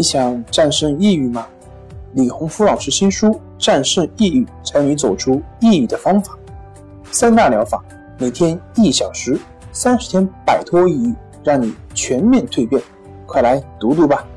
你想战胜抑郁吗？李洪福老师新书《战胜抑郁，教你走出抑郁的方法》，3大疗法，每天1小时，30天摆脱抑郁，让你全面蜕变。快来读读吧。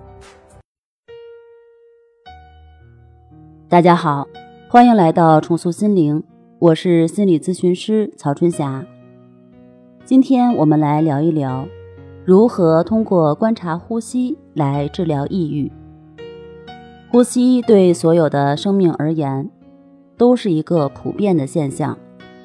大家好，欢迎来到重塑心灵，我是心理咨询师曹春霞。今天我们来聊一聊如何通过观察呼吸来治疗抑郁。呼吸对所有的生命而言都是一个普遍的现象，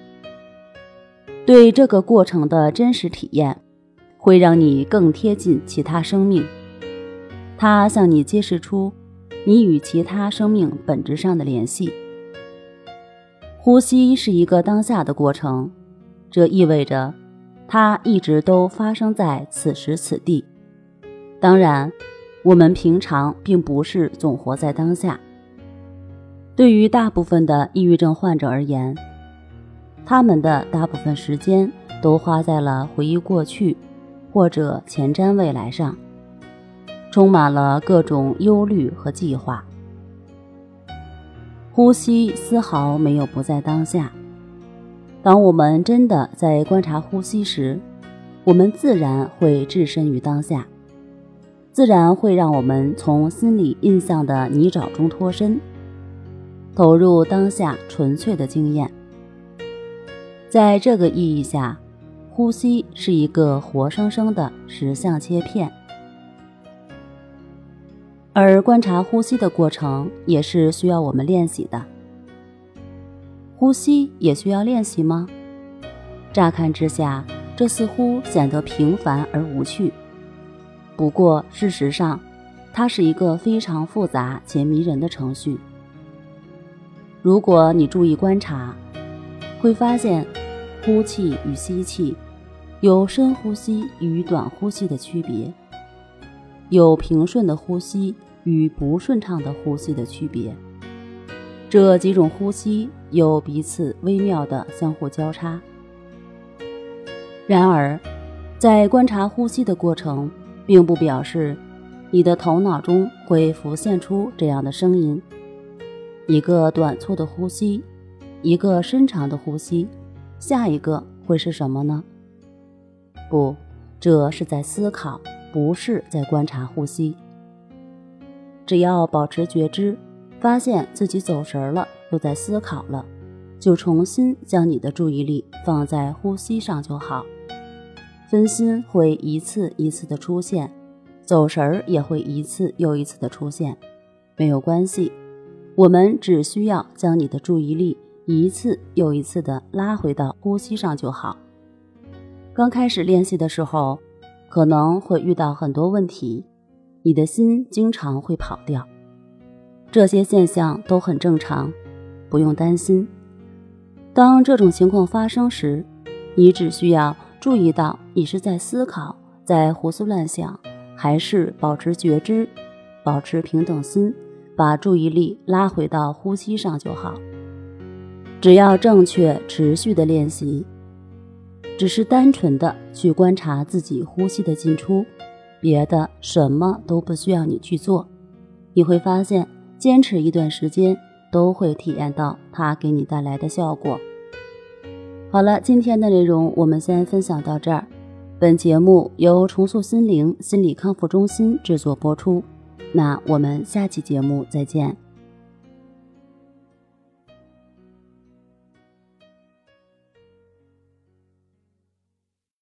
对这个过程的真实体验会让你更贴近其他生命，它向你揭示出你与其他生命本质上的联系。呼吸是一个当下的过程，这意味着它一直都发生在此时此地。当然，我们平常并不是总活在当下。对于大部分的抑郁症患者而言，他们的大部分时间都花在了回忆过去或者前瞻未来上，充满了各种忧虑和计划。呼吸丝毫没有不在当下。当我们真的在观察呼吸时，我们自然会置身于当下，自然会让我们从心理印象的泥沼中脱身，投入当下纯粹的经验。在这个意义下，呼吸是一个活生生的实相切片，而观察呼吸的过程也是需要我们练习的。呼吸也需要练习吗？乍看之下，这似乎显得平凡而无趣。不过事实上，它是一个非常复杂且迷人的程序。如果你注意观察，会发现呼气与吸气有深呼吸与短呼吸的区别，有平顺的呼吸与不顺畅的呼吸的区别。这几种呼吸有彼此微妙的相互交叉。然而，在观察呼吸的过程，并不表示你的头脑中会浮现出这样的声音：一个短促的呼吸，一个深长的呼吸，下一个会是什么呢？不，这是在思考，不是在观察呼吸。只要保持觉知，发现自己走神了，又在思考了，就重新将你的注意力放在呼吸上就好。分心会一次一次的出现，走神也会一次又一次的出现，没有关系，我们只需要将你的注意力一次又一次的拉回到呼吸上就好。刚开始练习的时候，可能会遇到很多问题，你的心经常会跑掉，这些现象都很正常，不用担心。当这种情况发生时，你只需要注意到你是在思考，在胡思乱想，还是保持觉知，保持平等心，把注意力拉回到呼吸上就好。只要正确持续的练习，只是单纯的去观察自己呼吸的进出，别的什么都不需要你去做，你会发现坚持一段时间都会体验到它给你带来的效果。好了，今天的内容我们先分享到这儿。本节目由重塑心灵心理康复中心制作播出，那我们下期节目再见。